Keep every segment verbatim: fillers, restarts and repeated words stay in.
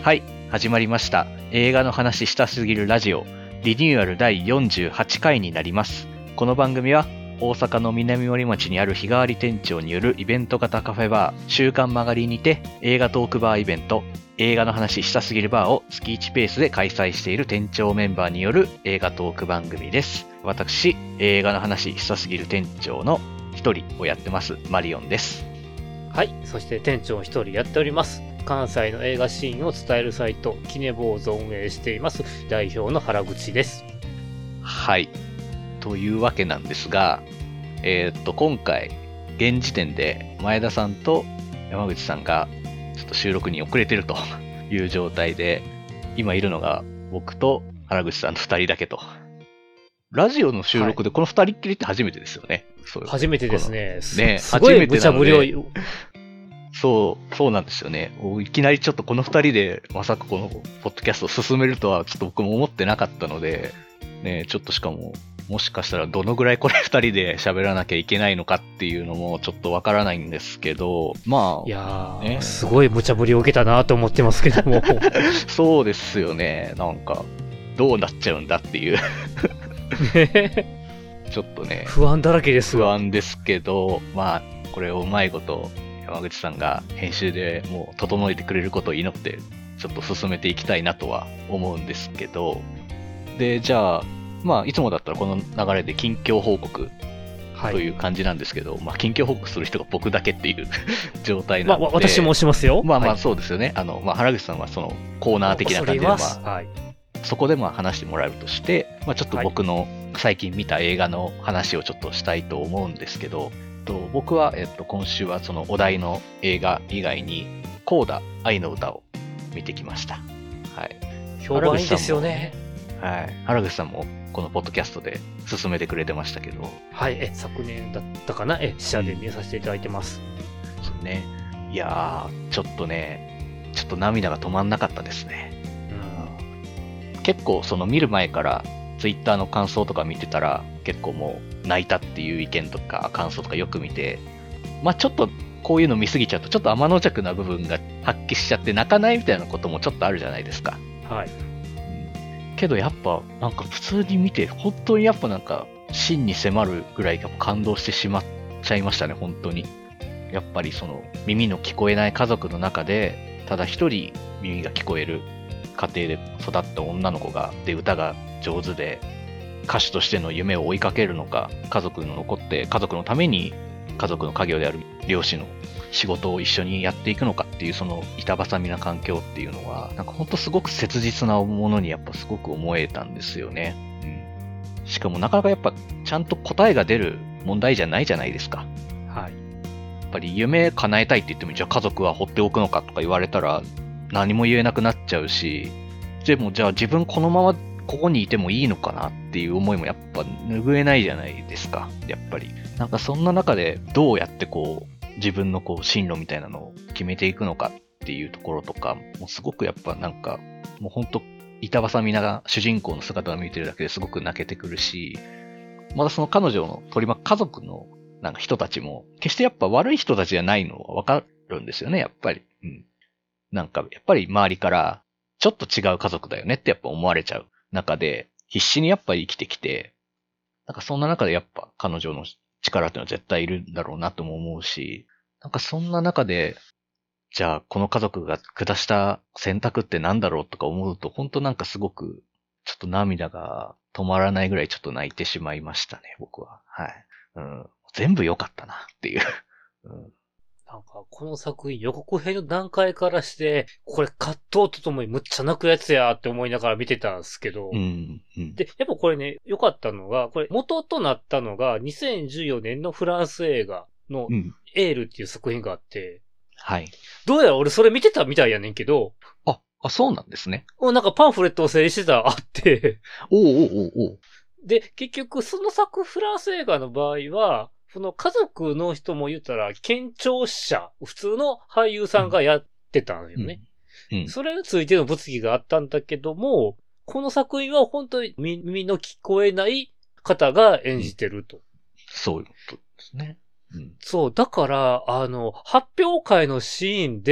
はい、始まりました。映画の話したすぎるラジオ、リニューアルだいよんじゅうはちかいになります。この番組は大阪の南森町にある日替わり店長によるイベント型カフェバー、週刊曲がりにて映画トークバーイベント、映画の話したすぎるバーを月いちペースで開催している店長メンバーによる映画トーク番組です。私、映画の話したすぎる店長の一人をやってますマリオンです。 はい、そして店長一人やっております。関西の映画シーンを伝えるサイトキネボーズを運営しています代表の原口です。 はい、というわけなんですが、えー、っと今回現時点で前田さんと山口さんがちょっと収録に遅れてるという状態で、今いるのが僕と原口さんのふたりだけと。ラジオの収録でこのふたりっきりって初めてですよね。はい、 そう初めてですね。 ね、 すごい無茶ぶりを。 そう、そうなんですよね。いきなりちょっとこのふたりでまさかこのポッドキャストを進めるとはちょっと僕も思ってなかったので、ね、ちょっとしかももしかしたらどのぐらいこれふたりで喋らなきゃいけないのかっていうのもちょっとわからないんですけど、まあ。 いやー、ね、すごい無茶ぶりを受けたなと思ってますけども。 そうですよね。なんか、どうなっちゃうんだっていう。ちょっとね。 不安だらけです不安ですけど、まあ、これをうまいこと山口さんが編集でもう整えてくれることを祈ってちょっと進めていきたいなとは思うんですけど、で、じゃあ、まあ、いつもだったらこの流れで近況報告という感じなんですけど、はい、まあ、近況報告する人が僕だけっていう状態なので。 まあ、私もしますよ。 まあまあ、そうですよね。はい、あの、まあ、原口さんはそのコーナー的な感じで、まあ、はい、そこでまあ話してもらえるとして、まあ、ちょっと僕の最近見た映画の話をちょっとしたいと思うんですけど、と僕は、えっと、今週はそのお題の映画以外に、コーダ愛の歌を見てきました。はい。 評判いいですよね。 はい。原口さんもこのポッドキャストで進めてくれてましたけど。 はい。え、昨年だったかなえ、試写で見させていただいてます。 うん、そうね。いやー、ちょっとね、ちょっと涙が止まんなかったですね。うん、結構その見る前からツイッターの感想とか見てたら結構もう泣いたっていう意見とか感想とかよく見て、まあちょっとこういうの見すぎちゃうとちょっと天の弱な部分が発揮しちゃって泣かないみたいなこともちょっとあるじゃないですか。 はい。 うん、けどやっぱなんか普通に見て本当にやっぱなんか真に迫るぐらいやっぱ感動してしまっちゃいましたね、本当に。やっぱりその耳の聞こえない家族の中でただ一人耳が聞こえる家庭で育った女の子がで歌が上手で歌手としての夢を追いかけるのか、家族の残って家族のために家族の家業である漁師の仕事を一緒にやっていくのかっていうその板挟みな環境っていうのはなんかほんとすごく切実なものにやっぱすごく思えたんですよね。うん、しかもなかなかやっぱちゃんと答えが出る問題じゃないじゃないですか。 はい。 やっぱり夢叶えたいって言ってもじゃあ家族は放っておくのかとか言われたら何も言えなくなっちゃうし、でもじゃあ自分このままここにいてもいいのかなっていう思いもやっぱ拭えないじゃないですか。やっぱりなんかそんな中でどうやってこう自分のこう進路みたいなのを決めていくのかっていうところとかもうすごくやっぱなんかもうほんと板挟みな主人公の姿を見てるだけですごく泣けてくるし、またその彼女の取り巻く家族のなんか人たちも決してやっぱ悪い人たちじゃないのはわかるんですよね、やっぱり。うん。なんかやっぱり周りからちょっと違う家族だよねってやっぱ思われちゃう中で必死にやっぱり生きてきて、なんかそんな中でやっぱ彼女の力っていうのは絶対いるんだろうなとも思うし、なんかそんな中でじゃあこの家族が下した選択ってなんだろうとか思うと本当なんかすごくちょっと涙が止まらないぐらいちょっと泣いてしまいましたね、僕は。はい。うん、全部良かったなっていう。うんなんか、この作品予告編の段階からして、これ葛藤とともにむっちゃ泣くやつやって思いながら見てたんですけど、 うんうん、 で、やっぱこれね、良かったのが、これ元となったのがにせんじゅうよねんのフランス映画のエールっていう作品があって、うん、 はい。 どうやら俺それ見てたみたいやねんけど、 あ、あ、そうなんですね。 なんかパンフレットを整理してたらあって、 おうおうおうおう。 で、結局その作フランス映画の場合は、その家族の人も言ったら、県庁者、普通の俳優さんがやってたんよね。うんうん、それについての物議があったんだけども、この作品は本当に耳の聞こえない方が演じてると。うん、 そういうことですね。 うん、そう、だから、あの、発表会のシーンで、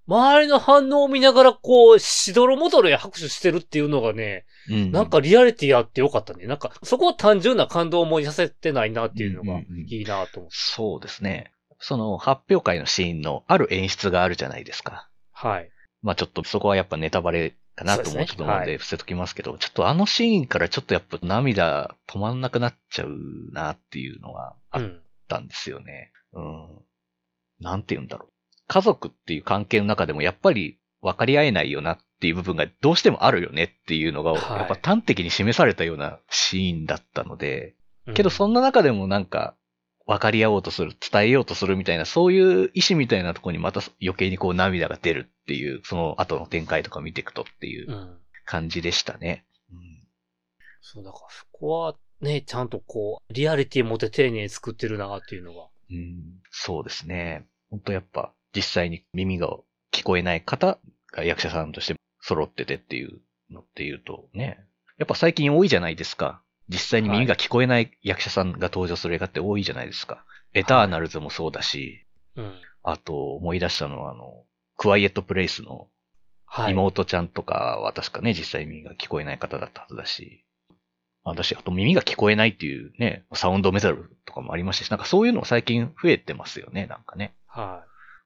周りの反応を見ながら、こう、しどろもどろや拍手してるっていうのがね、うん、なんかリアリティあってよかったね。なんか、そこを単純な感動を思いさせてないなっていうのがいいなと思って、うんうんうん。 そうですね。その発表会のシーンのある演出があるじゃないですか。 はい。 まあちょっとそこはやっぱネタバレかなと思うと思うので伏せときますけど、はい、ちょっとあのシーンからちょっとやっぱ涙止まんなくなっちゃうなっていうのがあったんですよね。うん。うん、なんて言うんだろう。家族っていう関係の中でもやっぱり分かり合えないよなっていう部分がどうしてもあるよねっていうのが、やっぱ端的に示されたようなシーンだったので、はい、けどそんな中でもなんか分かり合おうとする、伝えようとするみたいな、そういう意志みたいなところにまた余計にこう涙が出るっていう、その後の展開とか見ていくとっていう感じでしたね。うんうん、 そう、だからそこはね、ちゃんとこう、リアリティ持って丁寧に作ってるなっていうのが。 うん、そうですね。本当やっぱ実際に耳が聞こえない方が役者さんとして揃っててっていうのっていうとね、やっぱ最近多いじゃないですか。実際に耳が聞こえない役者さんが登場する映画って多いじゃないですか。はい、エターナルズもそうだし、はい、うん、あと思い出したのはあの、クワイエットプレイスの妹ちゃんとかは確かね、実際耳が聞こえない方だったはずだし、私、あと耳が聞こえないっていうね、サウンドメタルとかもありましたし、なんかそういうの最近増えてますよね、なんかね。 はい。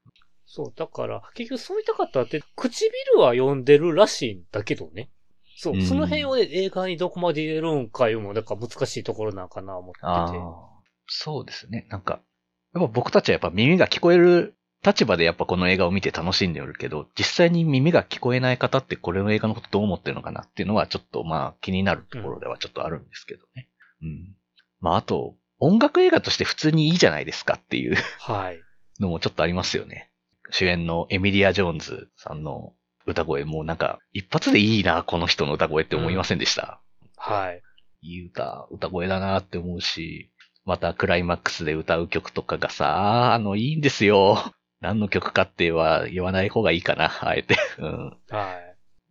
そう、だから、結局そういった方って唇は読んでるらしいんだけどね。そう、うん、その辺をね、映画にどこまで入れるんかいうのも、なんか難しいところなんかな思ってて。あそうですね。なんか、やっぱ僕たちはやっぱ耳が聞こえる立場でやっぱこの映画を見て楽しんでるけど、実際に耳が聞こえない方ってこれの映画のことどう思ってるのかなっていうのはちょっとまあ気になるところではちょっとあるんですけどね。うん。うん、まああと、音楽映画として普通にいいじゃないですかっていうはい。 のもちょっとありますよね。主演のエミリア・ジョーンズさんの歌声もなんか一発でいいな、この人の歌声って思いませんでした、 うん、はい。 いい歌、歌声だなって思うし、またクライマックスで歌う曲とかがさ、あの、いいんですよ。何の曲かっては言わない方がいいかな、あえて。うん。 はい。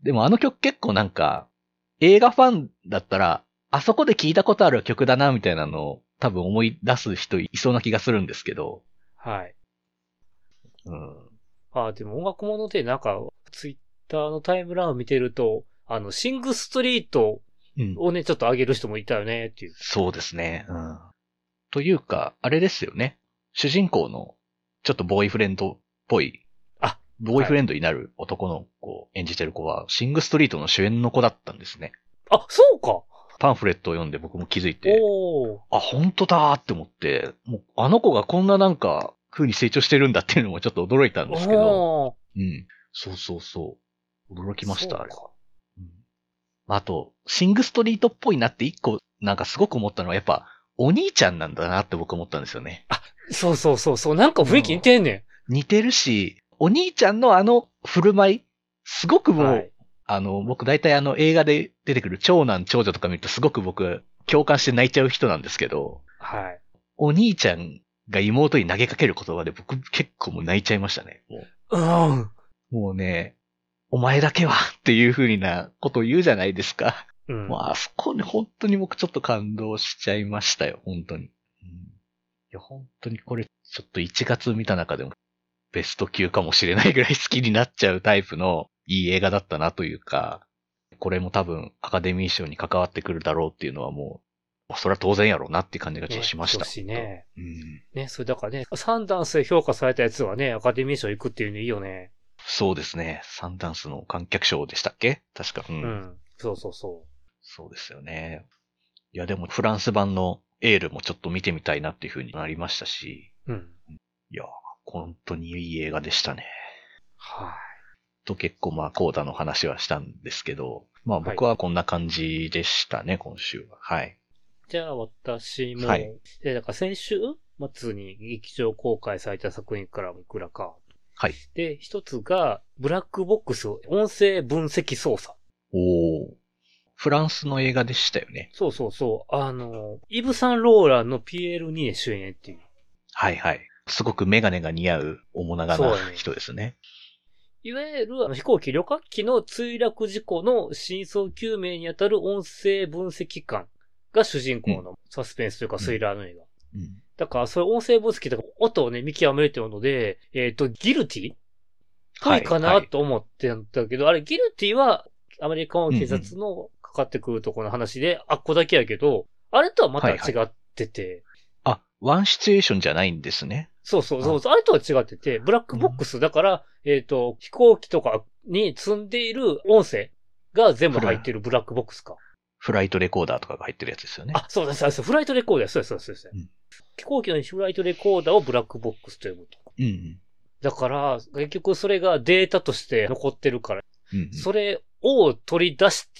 でもあの曲結構なんか、映画ファンだったら、あそこで聞いたことある曲だな、みたいなのを多分思い出す人いそうな気がするんですけど。 はい。 うん。 あ、でも音楽物でなんか、ツイッターのタイムラインを見てると、あの、シングストリートをね、うん、ちょっと上げる人もいたよね、っていう。 そうですね。うん。というか、あれですよね。主人公の、ちょっとボーイフレンドっぽい、 あ、 ボーイフレンドになる男の子を演じてる子は、シングストリートの主演の子だったんですね。 あ、そうか。 パンフレットを読んで僕も気づいて、 おあ、本当だーって思って、もうあの子がこんななんか、風に成長してるんだっていうのもちょっと驚いたんですけど、うん。そうそうそう。驚きました、あれは。うん、あと、シングストリートっぽいなって一個、なんかすごく思ったのは、やっぱ、お兄ちゃんなんだなって僕思ったんですよね。 あ、そうそうそうそう。なんか雰囲気似てんねん。似てるし、お兄ちゃんのあの振る舞い、すごくもう、はい、あの、僕大体あの映画で出てくる長男長女とか見るとすごく僕共感して泣いちゃう人なんですけど、 はい。 お兄ちゃんが妹に投げかける言葉で僕結構もう泣いちゃいましたね。もう。うん。 もうね、お前だけはっていう風なことを言うじゃないですか。 うん、 もうあそこに本当に僕ちょっと感動しちゃいましたよ、本当に。うん、いや、本当にこれちょっといちがつ見た中でもベスト級かもしれないぐらい好きになっちゃうタイプのいい映画だったなというか、これも多分アカデミー賞に関わってくるだろうっていうのはもう、それは当然やろうなっていう感じがちょっとしました。 ね、しね。 うん。 ね、それだからね、サンダンスで評価されたやつはね、アカデミー賞行くっていうのいいよね。 そうですね。サンダンスの観客賞でしたっけ確か。うん。 うん。そうそうそう。 そうですよね。いや、でもフランス版のエールもちょっと見てみたいなっていう風になりましたし。 うん。 いや、本当にいい映画でしたね。 はい。 と結構まあコーダの話はしたんですけど、まあ僕はこんな感じでしたね、はい、今週は。はい。 じゃあ私も、 はい、 でだから先週末に劇場公開された作品からもいくらか。 はい。 で、一つが、ブラックボックス音声分析操作。 おー。フランスの映画でしたよね。 そうそうそう。あの、イヴ・サンローランのピエール・ニエ主演っていう。 はいはい。すごくメガネが似合う面長な人ですね。 いわゆる飛行機旅客機の墜落事故の真相究明にあたる音声分析官が主人公のサスペンスというかスリラーの映画。 うんうん、 だからそういう音声分析とか音をね、見極めるというので、えっ、ー、と、ギルティぽいかなと思ってたけど、はいはい、あれ、ギルティはアメリカの警察のかかってくるところの話で、うんうん、あっこだけやけど、あれとはまた違ってて、はいはい、 あ、ワンシチュエーションじゃないんですね。 そうそうそう。あ, あれとは違ってて、ブラックボックスだから、うん、えっ、ー、と、飛行機とかに積んでいる音声が全部入ってるブラックボックスか。 フライトレコーダーとかが入ってるやつですよね。 あ、そうです、そうです。フライトレコーダー、そうです、そうです。そうです、うん、飛行機のフライトレコーダーをブラックボックスと呼ぶと。うんうん、だから、結局それがデータとして残ってるから、うんうん、それを取り出して、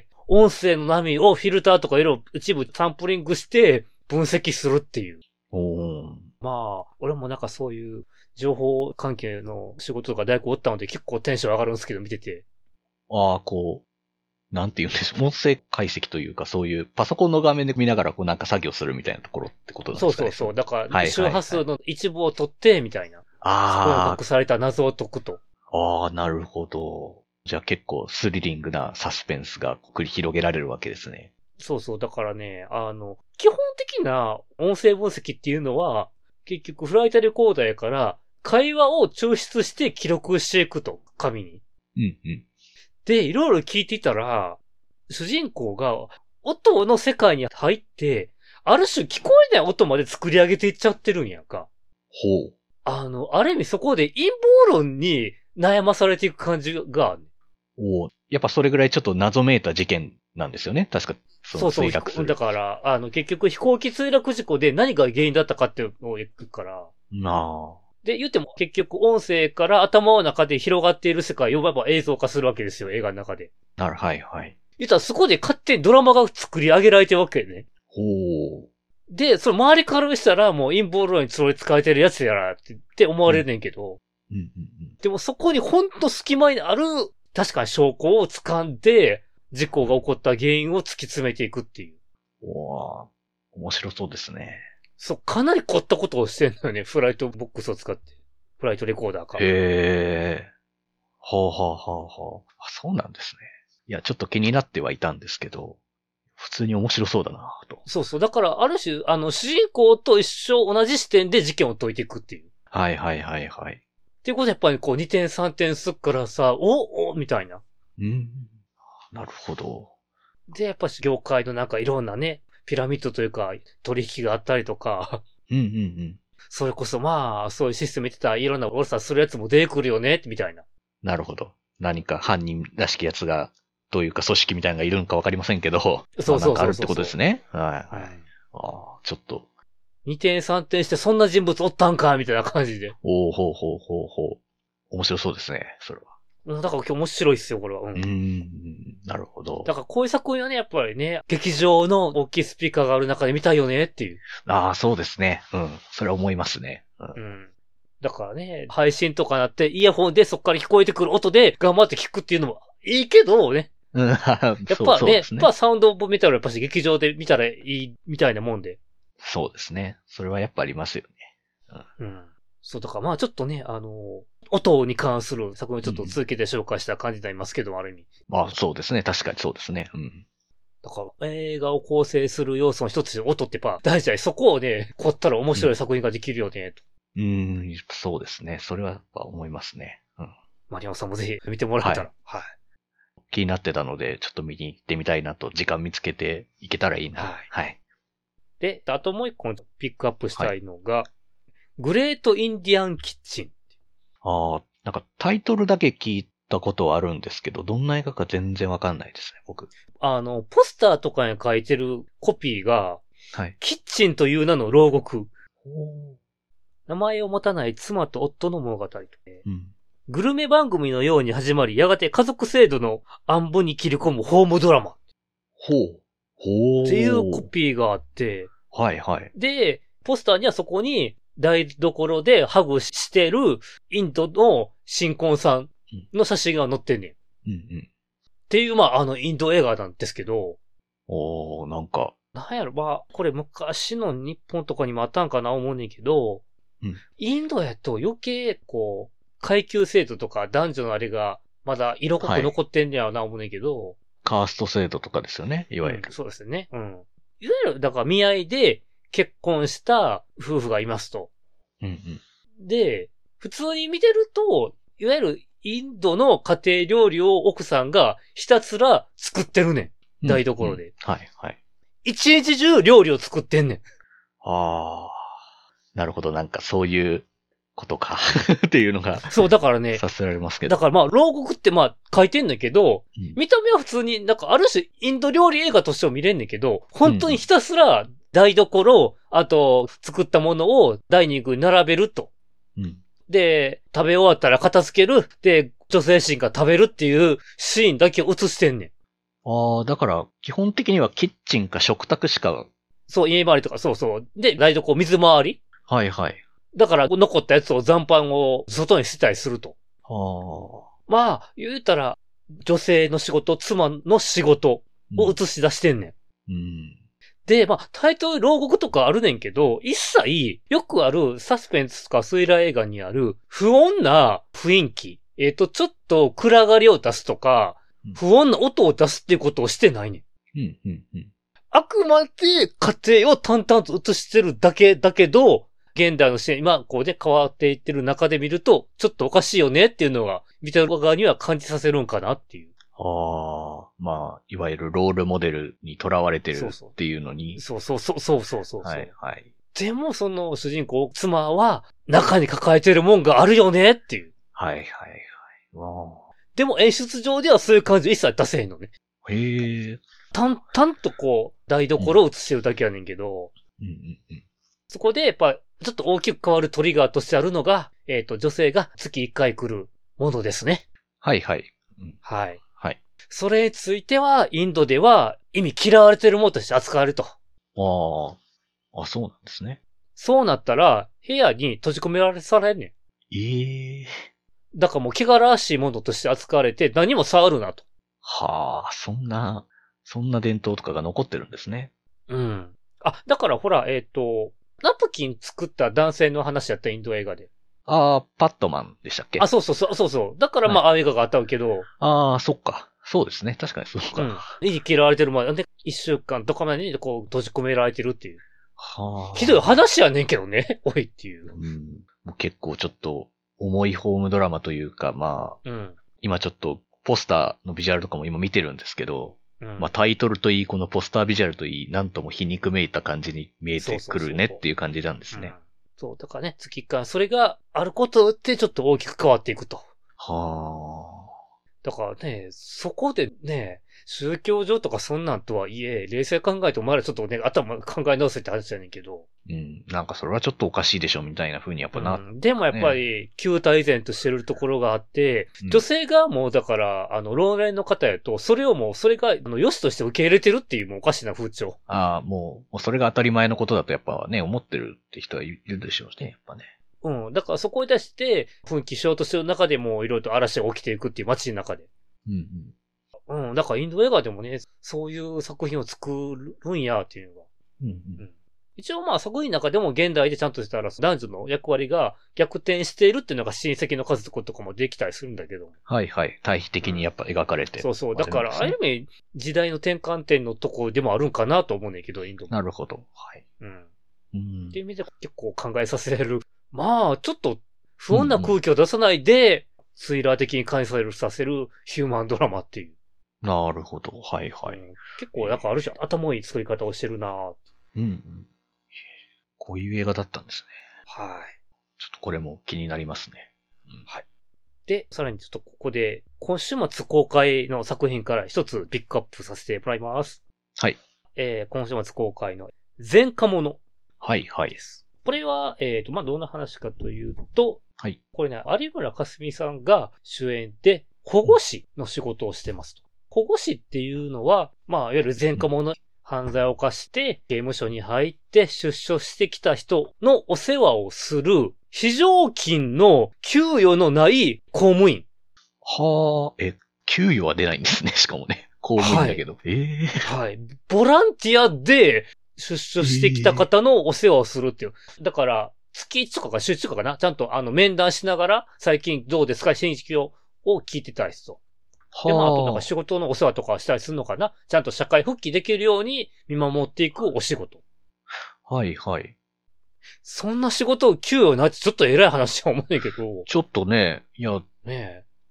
音声の波をフィルターとか色々一部サンプリングして分析するっていう。 おまあ、俺もなんかそういう情報関係の仕事とか大学おったので結構テンション上がるんですけど見てて。 ああ、こう、なんて言うんでしょう。音声解析というかそういうパソコンの画面で見ながらこうなんか作業するみたいなところってことなんですかね。 そうそうそう。だから、周波数の一部を取ってみたいな。ああ。そこに隠された謎を解くと。 ああ、なるほど。じゃあ結構スリリングなサスペンスが繰り広げられるわけですね。 そうそう。だからね、あの、基本的な音声分析っていうのは、結局フライトレコーダーやから、会話を抽出して記録していくと、紙に。 うんうん。 で、いろいろ聞いていたら、主人公が音の世界に入って、ある種聞こえない音まで作り上げていっちゃってるんやんか。 ほう。 あの、ある意味そこで陰謀論に悩まされていく感じがある。 おやっぱそれぐらいちょっと謎めいた事件なんですよね。確か。 そうそう。だから、あの、結局飛行機墜落事故で何が原因だったかっていうのを言うから。 なあ。 で、言っても結局音声から頭の中で広がっている世界をやっぱ映像化するわけですよ、映画の中で。 なる、はいはい。 言ったらそこで勝手にドラマが作り上げられてるわけね。 ほう。 で、その周りからしたらもう陰謀論にそれ使えてるやつやらってって思われるねんけど。 うんうんうん、でもそこにほんと隙間にある確かに証拠を掴んで、事故が起こった原因を突き詰めていくっていう。 おー、面白そうですね。 そう、かなり凝ったことをしてんのよね。フライトボックスを使って。フライトレコーダーか。 へー。はあはあはあはあ。あ、そうなんですね。いや、ちょっと気になってはいたんですけど、普通に面白そうだなと。 そうそう。だから、ある種、あの、主人公と一緒同じ視点で事件を解いていくっていう。 はいはいはいはい。 っていうことでやっぱりこうにてんさんてんすっからさ、おおみたいな。 うん。なるほど。 で、やっぱし業界のなんかいろんなね、ピラミッドというか取引があったりとか。 うんうんうん。 それこそまあ、そういうシステム見てたらいろんな悪さするやつも出てくるよね、みたいな。 なるほど。何か犯人らしきやつが、どういうか組織みたいなのがいるのかわかりませんけど、そうそうそうそう。まあ、なんかあるってことですね。はい。はい。ああ、ちょっと。 にてんさんてんしてそんな人物おったんかみたいな感じで。 おー、ほうほうほうほう。面白そうですね、それは。 だから今日面白いっすよ、これは。 うん。うーん、なるほど。 だからこういう作品はね、やっぱりね、劇場の大きいスピーカーがある中で見たいよねっていう。 ああ、そうですね。うん。それは思いますね。うん。 うん、だからね、配信とかなってイヤホンでそこから聞こえてくる音で頑張って聞くっていうのもいいけどね。 うん、やっぱね、そうそうですね、やっぱサウンドオブメタルはやっぱし劇場で見たらいいみたいなもんで。 そうですね。それはやっぱありますよね。うん。うん、そう、だからまあちょっとね、あのー、音に関する作品をちょっと続けて紹介した感じになりますけど、うん、ある意味。 まあそうですね。確かにそうですね。うん。 だから映画を構成する要素の一つで音ってやっぱ大事だよ。そこをね、凝ったら面白い作品ができるよね、と。 うん、うんそうですね。それはやっぱ思いますね。うん。 マリオさんもぜひ見てもらえたら。はい。はい、 気になってたので、ちょっと見に行ってみたいなと、時間見つけていけたらいいな。はい。はい、 で、あともう一個ピックアップしたいのが、はい、グレートインディアンキッチン。 ああ、なんかタイトルだけ聞いたことはあるんですけど、どんな映画か全然わかんないですね、僕。 あの、ポスターとかに書いてるコピーが、 はい、 キッチンという名の牢獄。名前を持たない妻と夫の物語と、ね、うん。グルメ番組のように始まり、やがて家族制度の暗部に切り込むホームドラマ。 ほう。ほう。 っていうコピーがあって、 はいはい。 で、ポスターにはそこに台所でハグしてるインドの新婚さんの写真が載ってんねん。うんうん。っていう、まあ、あの、インド映画なんですけど。 おー、なんか。 なんやろ、まあ、これ昔の日本とかにもあったんかな思うねんけど、うん、インドやと余計、こう、階級制度とか男女のあれがまだ色濃く残ってんねやろな思うねんけど、はい、 カースト制度とかですよね、いわゆる。 うん、そうですね。うん。いわゆる、だから見合いで結婚した夫婦がいますと。うんうん。で、普通に見てると、いわゆるインドの家庭料理を奥さんがひたすら作ってるねん。台所で。 うんうん、はいはい。 一日中料理を作ってんねん。 ああ。なるほど、なんかそういうことかっていうのが。 そう、だからね。 させられますけど。 だからまあ、牢獄ってまあ書いてんだけど、うん、見た目は普通になんかある種インド料理映画としても見れんねんけど、本当にひたすら台所、あと作ったものをダイニングに並べると。うん、で、食べ終わったら片付ける。で、女性陣が食べるっていうシーンだけを映してんねん。 ああ、だから基本的にはキッチンか食卓しか。 そう、家回りとか、そうそう。で、台所水回り。 はいはい。 だから残ったやつを残飯を外に捨てたりすると。 はあ。 まあ、言うたら、女性の仕事、妻の仕事を映し出してんねん。うん、で、まあ、タイトル牢獄とかあるねんけど、一切、よくあるサスペンスとかスリラー映画にある不穏な雰囲気。えっと、ちょっと暗がりを出すとか、うん、不穏な音を出すっていうことをしてないねん。うんうんうん、あくまで家庭を淡々と映してるだけだけど、現代の視点、今こうね、変わっていってる中で見ると、ちょっとおかしいよねっていうのが、見てる側には感じさせるんかなっていう。 ああ、まあ、いわゆるロールモデルにとらわれてるっていうのに。 そうそうそうそうそうそうそう。 はいはい。 でもその主人公、妻は中に抱えてるもんがあるよねっていう。 はいはいはい。 わでも演出上ではそういう感じ一切出せへんのね。 へえ。 淡々とこう、台所を映してるだけやねんけど、うんうんうん、そこでやっぱ、ちょっと大きく変わるトリガーとしてあるのが、えっと、女性が月いっかい来るものですね。 はいはい。 うん、はい。 はい。 それについては、インドでは意味嫌われてるものとして扱われると。 ああ。あ、そうなんですね。 そうなったら、部屋に閉じ込められされんねん。 ええー。 だからもう、汚らしいものとして扱われて、何も触るなと。 はあ、そんな、そんな伝統とかが残ってるんですね。 うん。あ、だからほら、えっと、ナプキン作った男性の話やったインド映画で。 ああ、パットマンでしたっけ？ あ、そうそうそう、そうそう。だからまあ、はい、ああいう映画があったけど。 ああ、そっか。そうですね。確かにそうか。うん。 生きられてる前で、一週間とかまでにこう、閉じ込められてるっていう。 はあ。 ひどい話やねんけどね。おいっていう。 うん。もう結構ちょっと、重いホームドラマというか、まあ、うん、今ちょっと、ポスターのビジュアルとかも今見てるんですけど、うん、まあタイトルといい、このポスタービジュアルといい、なんとも皮肉めいた感じに見えてくるねっていう感じなんですね。 そう、だからね、月間、それがあることによってちょっと大きく変わっていくと。はあ。だからね、そこでね、宗教上とかそんなんとはいえ、冷静考えてお前らちょっとね、頭考え直せって話やねんけど。 うん。なんかそれはちょっとおかしいでしょ、みたいな風にやっぱな、 うん。でもやっぱり、旧態依然としてるところがあって、うん、女性がもうだから、あの、老年の方やと、それをもう、それが、あの、良しとして受け入れてるっていうもうおかしな風潮。 ああ、もう、もうそれが当たり前のことだとやっぱね、思ってるって人はいるでしょうね、やっぱね。 うん。だからそこに出して、奮起しようとしてる中でもいろいろと嵐が起きていくっていう街の中で。うんうん。うん。だからインド映画でもね、そういう作品を作るんやっていうのが。うんうん。うん、一応まあ作品の中でも現代でちゃんとしたら男女の役割が逆転しているっていうのが親戚の家族とかもできたりするんだけど。 はいはい。対比的にやっぱ描かれて、うん。 そうそう。だから、ああいう意味、時代の転換点のとこでもあるんかなと思うねんけど、インドも。 なるほど。はい。うん。 うん、っていう意味で結構考えさせられる。まあ、ちょっと不穏な空気を出さないで、うんうん、スリラー的に感じさせるヒューマンドラマっていう。 なるほど。はいはい。うん、 結構なんかある種頭いい作り方をしてるなぁ。うんうん。 こういう映画だったんですね。 はい。 ちょっとこれも気になりますね。 うん、はい。で、さらにちょっとここで、今週末公開の作品から一つピックアップさせてもらいます。 はい。 えー、今週末公開の前科者。 はいはい。 これは、えっと、まあ、どんな話かというと、 はい。 これね、有村架純さんが主演で保護司の仕事をしてますと。保護司っていうのは、まあ、いわゆる前科者、犯罪を犯して刑務所に入って出所してきた人のお世話をする非常勤の給与のない公務員。 はあ、え、給与は出ないんですね、しかもね。公務員だけど。はい、ええー。はい。ボランティアで出所してきた方のお世話をするっていう。えー、だから、月いちとかか週いちとかかなちゃんとあの面談しながら、最近どうですか新規を聞いてたりすると。で、まあ、あとなんか仕事のお世話とかしたりするのかなちゃんと社会復帰できるように見守っていくお仕事。 はいはい。 そんな仕事を給与なってちょっと偉い話は思うんだけど。 ちょっとね、いや、 ねえ。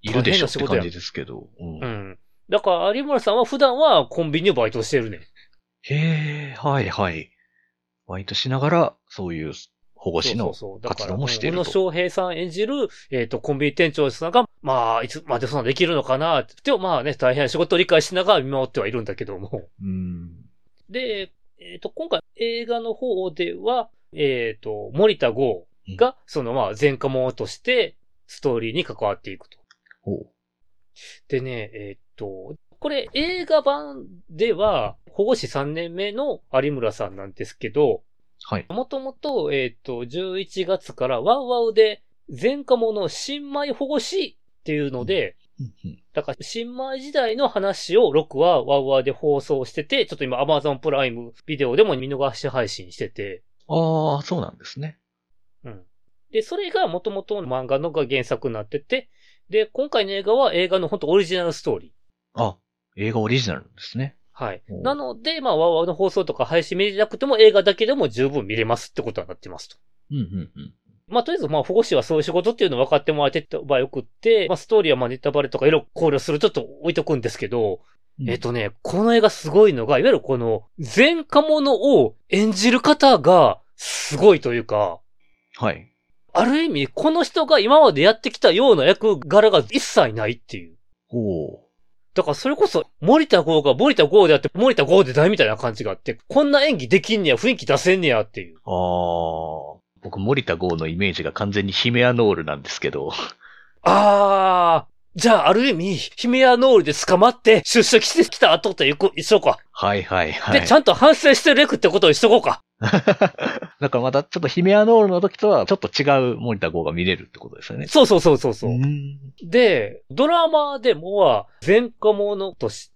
いるでしょって感じですけど。うん。 うん。だから有村さんは普段はコンビニでバイトしてるね。 へえ、はいはい。バイトしながら、そういう保護司の活動もしていると。 そうそうそう。だから、宇野昌平さん演じる、えっ、ー、と、コンビニ店長さんが、まあ、いつまでそんなできるのかなって、まあね、大変仕事を理解しながら見守ってはいるんだけども。 うん。 で、えっ、ー、と、今回映画の方では、えっ、ー、と、森田剛が、うん、そのまあ、前科者として、ストーリーに関わっていくと。 ほう。 でね、えっ、と、これ映画版では、保護士さんねんめの有村さんなんですけど、 はい。 もともと、えっ、と、じゅういちがつからワウワウで、前科者新米保護士っていうので、うんうん、だから新米時代の話をろくわワウワウで放送してて、ちょっと今 Amazon プライムビデオでも見逃し配信してて。 ああ、そうなんですね。 うん。で、それがもともと漫画のが原作になってて、で、今回の映画は映画の本当オリジナルストーリー。 あ、映画オリジナルですね。 はい。なので、まあ、ワウワウの放送とか配信見れなくても映画だけでも十分見れますってことになってますと。 うんうんうん。 まあ、とりあえず、まあ、保護士はそういう仕事っていうのを分かってもらえてばよくって、まあ、ストーリーはまあネタバレとかいろいろ考慮するちょっと置いとくんですけど、うん、えっとね、この映画すごいのが、いわゆるこの前科者を演じる方がすごいというか、 はい。 ある意味、この人が今までやってきたような役柄が一切ないっていう。 ほう。 だからそれこそ、森田剛が森田剛であって、森田剛でないみたいな感じがあって、こんな演技できんねや、雰囲気出せんねやっていう。 ああ。僕、森田剛のイメージが完全にヒメアノールなんですけど。 ああ。じゃあ、ある意味、ヒメアノールで捕まって出所してきた後という一緒か。 はいはいはい。 で、ちゃんと反省してる役ってことにしとこうか。 だからまたちょっとヒメアノールの時とはちょっと違う森田剛が見れるってことですよね。 そうそうそうそうそう。で、ドラマでもは前科者として、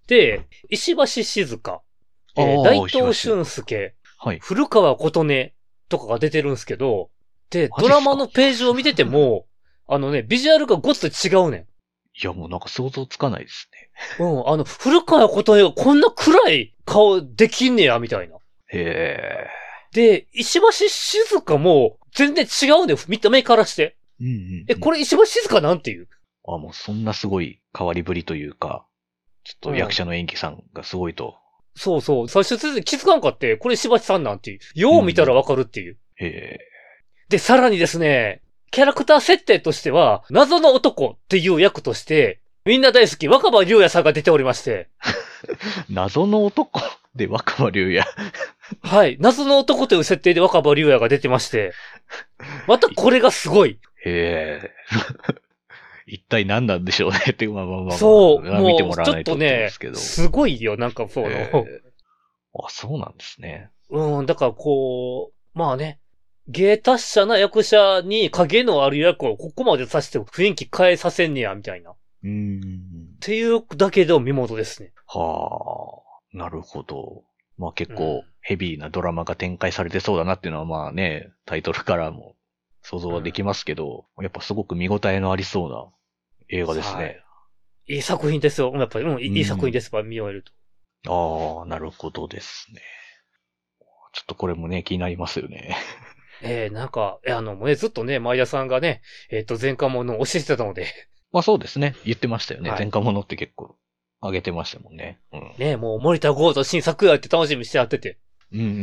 石橋静香、えー、大東俊介、はい、古川琴音とかが出てるんですけど、で、ドラマのページを見てても、あのね、ビジュアルがごつと違うねん。 いや、もうなんか想像つかないですね。うん、あの、古川琴音がこんな暗い顔できんねや、みたいな。 へー。で、石橋静香も全然違うねん、見た目からして。 うんうんうん、 え、これ石橋静香なんていう？ あ、もうそんなすごい変わりぶりというか、ちょっと役者の演技さんがすごいと。うん、 そうそう。最初全然気づかんかって、これ石橋さんなんていう。よう見たらわかるっていう。 うん、へー。で、さらにですね、キャラクター設定としては、謎の男っていう役として、みんな大好き若葉龍也さんが出ておりまして。 謎の男で若葉龍也。 はい。謎の男という設定で若葉龍也が出てまして。またこれがすごい。 へえ。一体何なんでしょうねって、まあまあまあ、まあ。 そう。 見てもらわないとですけど。ちょっとね、すごいよ、なんかそうの。 あ、そうなんですね。 うん、だからこう、まあね、芸達者な役者に影のある役をここまでさせて雰囲気変えさせんねや、みたいな。 うーん。 っていうだけでも見事ですね。 はあ、なるほど。まあ結構ヘビーなドラマが展開されてそうだなっていうのはまあね、タイトルからも想像はできますけど、うん、やっぱすごく見応えのありそうな映画ですね。はい、 いい作品ですよ。やっぱり、うん、いい作品です。やっぱ見終えると。ああ、なるほどですね。ちょっとこれもね、気になりますよね。 ええー、なんか、あの、ね、ずっとね、前田さんがね、えっ、ー、と、前科者を教えてたので。 まあそうですね。言ってましたよね。はい、前科者って結構、上げてましたもんね。うん、 ね、もう森田剛と新作やって楽しみにしてやってて。 うんうんうんうん。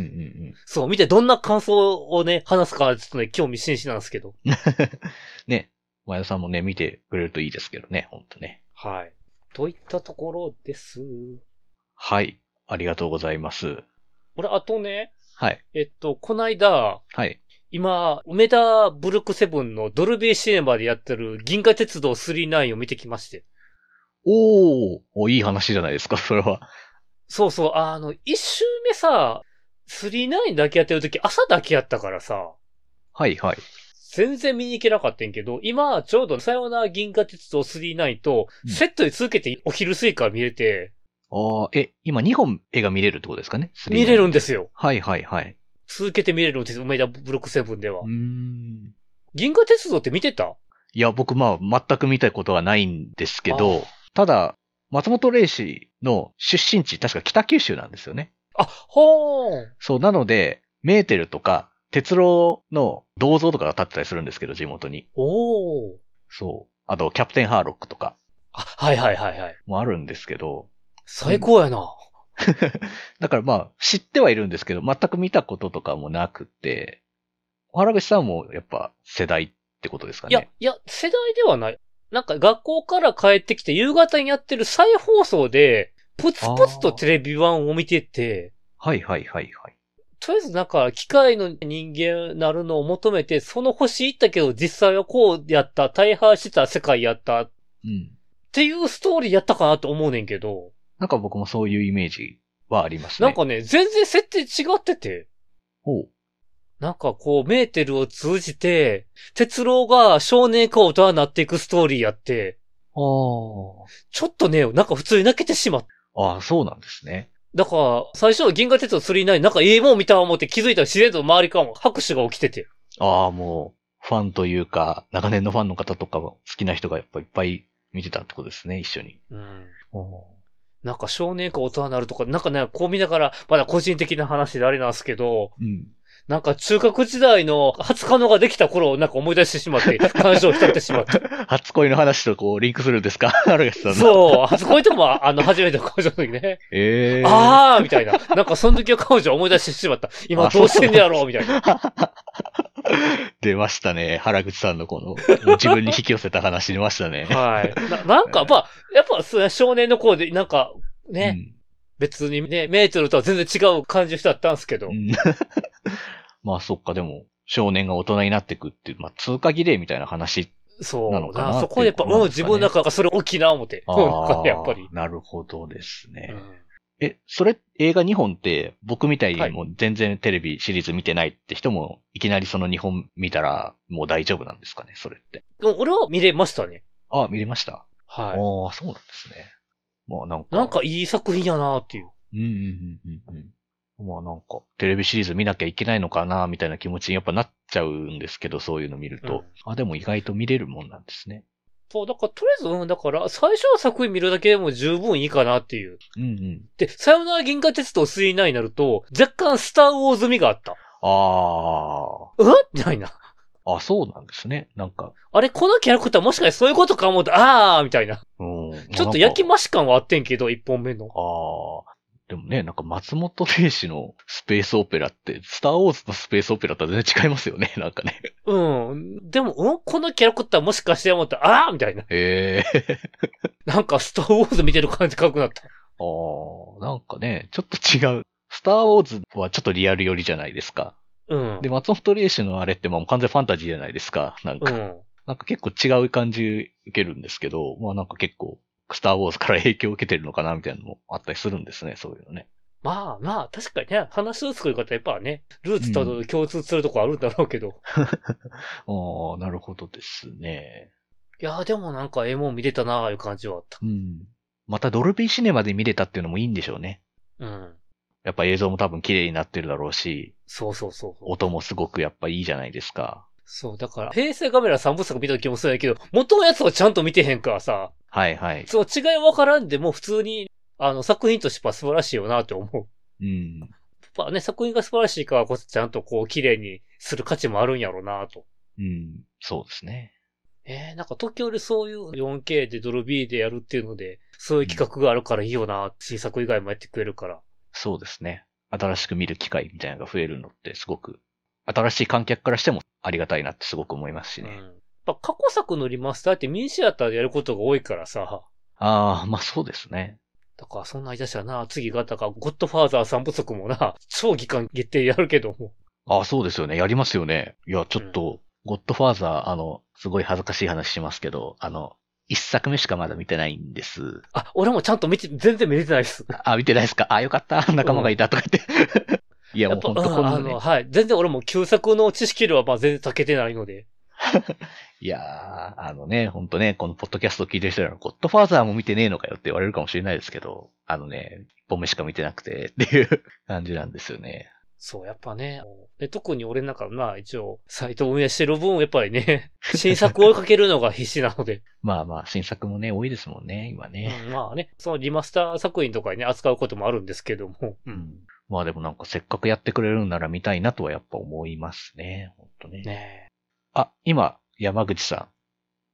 そう、見てどんな感想をね、話すか、ちょっとね、興味津々なんですけど。 ね、前田さんもね、見てくれるといいですけどね、ほんとね。 はい。といったところです。 はい。ありがとうございます。 俺、あとね。 はい。 えっと、こないだ。 はい。 今、梅田ブルックセブンのドルビーシネマでやってる銀河鉄道スリーナインを見てきまして。 おー、お、いい話じゃないですか、それは。 そうそう、あの、一周目さ、スリーナインだけやってるとき朝だけやったからさ。 はいはい。 全然見に行けなかったんけど、今、ちょうどさよなら銀河鉄道スリーナインと、セットで続けてお昼過ぎから見れて。 うん、ああ、え、今にほん映画見れるってことですかね？ 見れるんですよ。 はいはいはい。 続けて見れるんですよ、梅田ブロックセブンでは。 うーん。 銀河鉄道って見てた？ いや、僕まあ、全く見たことはないんですけど、ただ、松本零士の出身地、確か北九州なんですよね。 あ、ほー。 そう、なので、メーテルとか、鉄郎の銅像とかが立ってたりするんですけど、地元に。 おー。 そう。 あと、キャプテンハーロックとか。 あ、はいはいはいはい。 もあるんですけど。 最高やな。 だからまあ、知ってはいるんですけど、全く見たこととかもなくて、原口さんもやっぱ世代ってことですかね。 いや、いや、世代ではない。なんか学校から帰ってきて夕方にやってる再放送で、ポツポツとテレビ版を見てて、 はいはいはいはい。 とりあえずなんか機械の人間なるのを求めて、その星行ったけど実際はこうやった、大破した世界やった、うん、っていうストーリーやったかなと思うねんけど。 なんか僕もそういうイメージはありますね。 なんかね、全然設定違ってて。 ほう。 なんかこう、メーテルを通じて、鉄郎が少年か大人になっていくストーリーやって、 ああ。 ちょっとね、なんか普通に泣けてしまった。 ああ、そうなんですね。 だから、最初は銀河鉄道スリーナイン、なんかええもん見た思って気づいたら自然と周りからも拍手が起きてて。 ああ、もう、ファンというか、長年のファンの方とか好きな人がやっぱいっぱい見てたってことですね、一緒に。うん。 なんか少年か大人になるとか、なんかね、こう見ながら、まだ個人的な話であれなんですけど、うん。なんか中学時代の初カノができた頃をなんか思い出してしまって、感情を浸ってしまった。 初恋の話とこうリンクするんですか原口さん。 そう、初恋ともあの初めての彼女の時ね。 ええー。 あーみたいな。なんかその時の彼女を思い出してしまった。今どうしてんねやろうみたいな。 出ましたね。原口さんのこの、自分に引き寄せた話出ましたね。 はい。な、なんか、まあ、やっぱ少年の頃で、なんか、ね、うん、別にね、メートルとは全然違う感じの人だったんですけど。うん、 まあ、そっか、でも、少年が大人になっていくっていう、まあ、通過儀礼みたいな話なのかな、 そう。そこでやっぱ、うん、自分の中がそれ大きな思って。 ああ、 やっぱり。 なるほどですね。うんえ、それ、映画にほんって、僕みたいにもう全然テレビシリーズ見てないって人も、いきなりそのにほん見たら、もう大丈夫なんですかね、それって。 俺は見れましたね。 ああ、見れました。 はい。 ああ、そうなんですね。まあなんか。 なんかいい作品やなっていう。 うんうんうんうんうん。まあなんか、テレビシリーズ見なきゃいけないのかな、みたいな気持ちにやっぱなっちゃうんですけど、そういうの見ると。うん、あ、でも意外と見れるもんなんですね。 そう、だから、とりあえず、うん、だから、最初の作品見るだけでも十分いいかなっていう。 うんうん。 で、さよなら銀河鉄道スリーナインになると、若干スターウォーズ味があった。 ああ。 うんみたいな。 あ、そうなんですね。なんか。 あれ、このキャラクターもしかしてそういうことか思うと、あーみたいな。うん。ちょっと焼き増し感はあってんけど、一本目の。 ああ。でもね、なんか松本零士のスペースオペラって、スターウォーズのスペースオペラとは全然違いますよね、なんかね。 うん。でも、うんこのキャラクターもしかして思った、あーみたいな。 へえ。 なんかスターウォーズ見てる感じかくなった。 ああ、なんかね、ちょっと違う。スターウォーズはちょっとリアル寄りじゃないですか。うん。で、松本零士のあれってもう完全ファンタジーじゃないですか。なんか。うん、なんか結構違う感じ受けるんですけど、まあなんか結構、スターウォーズから影響を受けてるのかなみたいなのもあったりするんですね、そういうのね。 まあまあ、確かにね、話の作り方やっぱね、ルーツと共通するとこあるんだろうけど。 うん、ああ、なるほどですね。 いやーでもなんか絵も見れたなーいう感じはあった。 うん。またドルビーシネマで見れたっていうのもいいんでしょうね。うん。やっぱ映像も多分綺麗になってるだろうし。 そうそうそう。 音もすごくやっぱいいじゃないですか。 そう、だから、平成カメラさんぶさく見た時もそうやけど、元のやつはちゃんと見てへんからさ。 はいはい。 そう、違いわからんでも普通に、あの、作品としては素晴らしいよなって思う。うん。やっぱね、作品が素晴らしいからこそちゃんとこう、綺麗にする価値もあるんやろうなと。 うん、そうですね。 えー、なんか時折そういう よんケー でドルビーでやるっていうので、そういう企画があるからいいよな、うん、新作以外もやってくれるから。 そうですね。新しく見る機会みたいなのが増えるのってすごく、新しい観客からしてもありがたいなってすごく思いますしね。うん、やっぱ過去作のリマスターってミニシアターでやることが多いからさ。 ああ、まあそうですね。 だからそんな言い出したらな、次がだからゴッドファーザーさんぶさくもな、超期間限定やるけども。 ああ、そうですよね。やりますよね。いや、ちょっと、うん、ゴッドファーザー、あの、すごい恥ずかしい話しますけど、あの、一作目しかまだ見てないんです。 あ、俺もちゃんと見て、全然見れてないです。 あ、見てないですか。あ、よかった。仲間がいたとか言って。うん、いや、もう本当こんな、ね、 あの、はい。全然俺も旧作の知識量はまあ全然長けてないので。 いやー、あのね、ほんとね、このポッドキャストを聞いてる人は、ゴッドファーザーも見てねえのかよって言われるかもしれないですけど、あのね、一本目しか見てなくてっていう感じなんですよね。 そう、やっぱね。で特に俺なんか、まあ一応、サイトを運営してる分、やっぱりね、新作を追いかけるのが必死なので。 まあまあ、新作もね、多いですもんね、今ね。 うん、まあね、そのリマスター作品とかにね、扱うこともあるんですけども。 うん。まあでもなんかせっかくやってくれるんなら見たいなとはやっぱ思いますね、ほんとね。ねえ。あ、今、山口さん。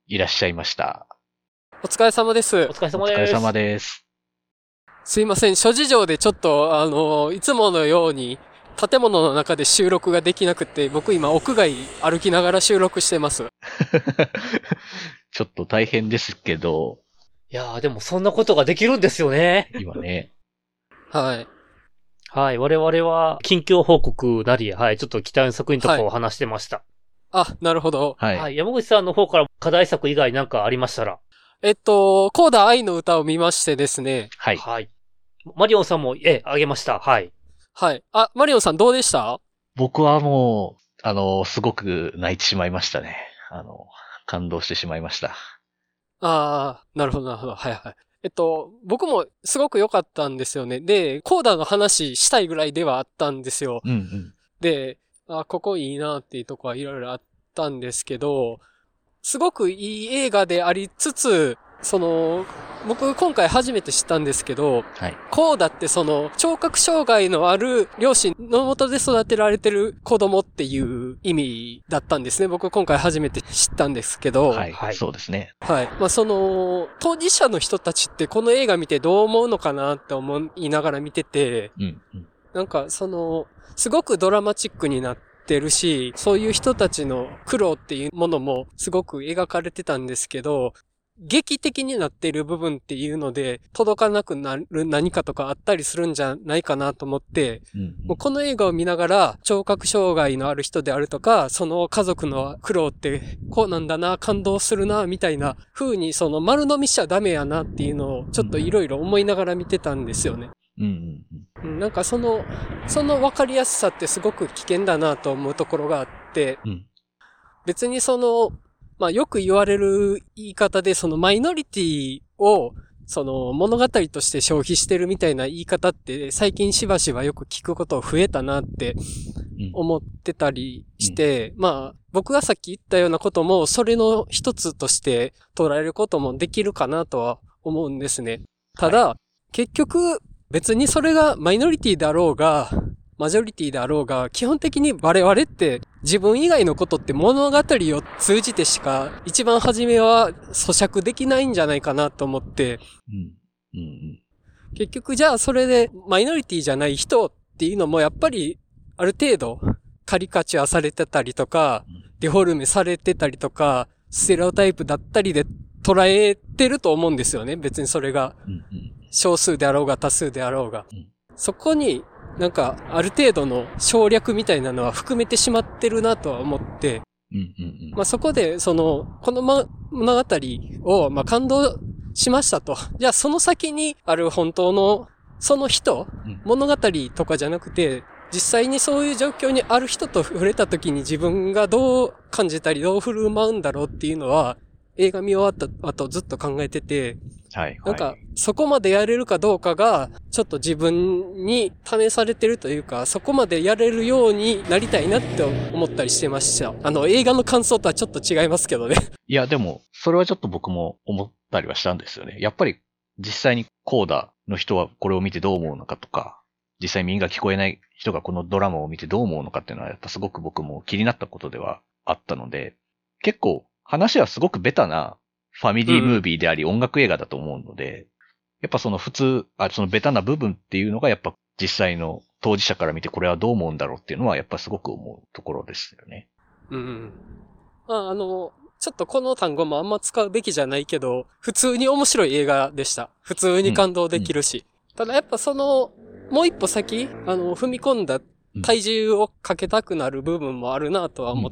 いらっしゃいました。 お疲れ様です。 お疲れ様です。 お疲れ様です。 すいません、諸事情でちょっと、あの、いつものように建物の中で収録ができなくて、僕今屋外歩きながら収録してます。 ちょっと大変ですけど。 いやー、でもそんなことができるんですよね。 今ね。 はい。 はい、我々は近況報告なり、はい、ちょっと期待の作品とかを話してました。 はい、あ、なるほど。 はい。はい、山口さんの方から課題作以外なんかありましたら。 えっと、コーダ愛の歌を見ましてですね。 はい。 はい。マリオンさんも、え、あげました。はい。 はい。あ、マリオンさんどうでした？ 僕はもう、あの、すごく泣いてしまいましたね。あの、感動してしまいました。 ああ、なるほど、なるほど。はいはい。えっと、僕もすごく良かったんですよね。で、コーダの話したいぐらいではあったんですよ。 うんうん。 で、あ、ここいいなっていうとこはいろいろあったんですけど、すごくいい映画でありつつ、その、僕今回初めて知ったんですけど、 はい、 コーダってその聴覚障害のある両親のもとで育てられてる子供っていう意味だったんですね。僕今回初めて知ったんですけど。 はい、はい、そうですね。 はい。まあその、当事者の人たちってこの映画見てどう思うのかなって思いながら見てて、 うんうん、 なんかその、すごくドラマチックになってるし、そういう人たちの苦労っていうものもすごく描かれてたんですけど、劇的になっている部分っていうので届かなくなる何かとかあったりするんじゃないかなと思って、うんうん、もうこの映画を見ながら聴覚障害のある人であるとか、その家族の苦労ってこうなんだな、感動するな、みたいな風にその丸飲みしちゃダメやなっていうのをちょっといろいろ思いながら見てたんですよね。うんうんうん、なんかその、その分かりやすさってすごく危険だなと思うところがあって、うん、別にその、まあよく言われる言い方でそのマイノリティをその物語として消費してるみたいな言い方って最近しばしばよく聞くこと増えたなって思ってたりして、うんうん、まあ僕がさっき言ったようなこともそれの一つとして捉えることもできるかなとは思うんですね。ただ、はい、結局別にそれがマイノリティだろうがマジョリティであろうが、基本的に我々って自分以外のことって物語を通じてしか一番初めは咀嚼できないんじゃないかなと思って、うんうんうん、結局じゃあそれでマイノリティじゃない人っていうのもやっぱりある程度カリカチュアされてたりとか、デフォルメされてたりとか、ステレオタイプだったりで捉えてると思うんですよね。別にそれが少数であろうが多数であろうが。そこになんか、ある程度の省略みたいなのは含めてしまってるなとは思って、うんうんうん、まあそこで、その、この、ま、物語を、まあ感動しましたと。じゃあその先にある本当の、その人、うん、物語とかじゃなくて、実際にそういう状況にある人と触れた時に自分がどう感じたり、どう振る舞うんだろうっていうのは、映画見終わった後ずっと考えてて、はいはい、なんか、そこまでやれるかどうかが、ちょっと自分に試されてるというか、そこまでやれるようになりたいなって思ったりしてました。あの、映画の感想とはちょっと違いますけどね。 いや、でも、それはちょっと僕も思ったりはしたんですよね。やっぱり、実際にコーダの人はこれを見てどう思うのかとか、実際耳が聞こえない人がこのドラマを見てどう思うのかっていうのは、やっぱすごく僕も気になったことではあったので、結構、話はすごくベタなファミリームービーであり音楽映画だと思うので、うん、やっぱその普通、あ、そのベタな部分っていうのがやっぱ実際の当事者から見てこれはどう思うんだろうっていうのはやっぱすごく思うところですよね。 うん。まあ、あの、ちょっとこの単語もあんま使うべきじゃないけど、普通に面白い映画でした。普通に感動できるし。うんうん、ただやっぱその、もう一歩先、あの、踏み込んだ体重をかけたくなる部分もあるなとは思って、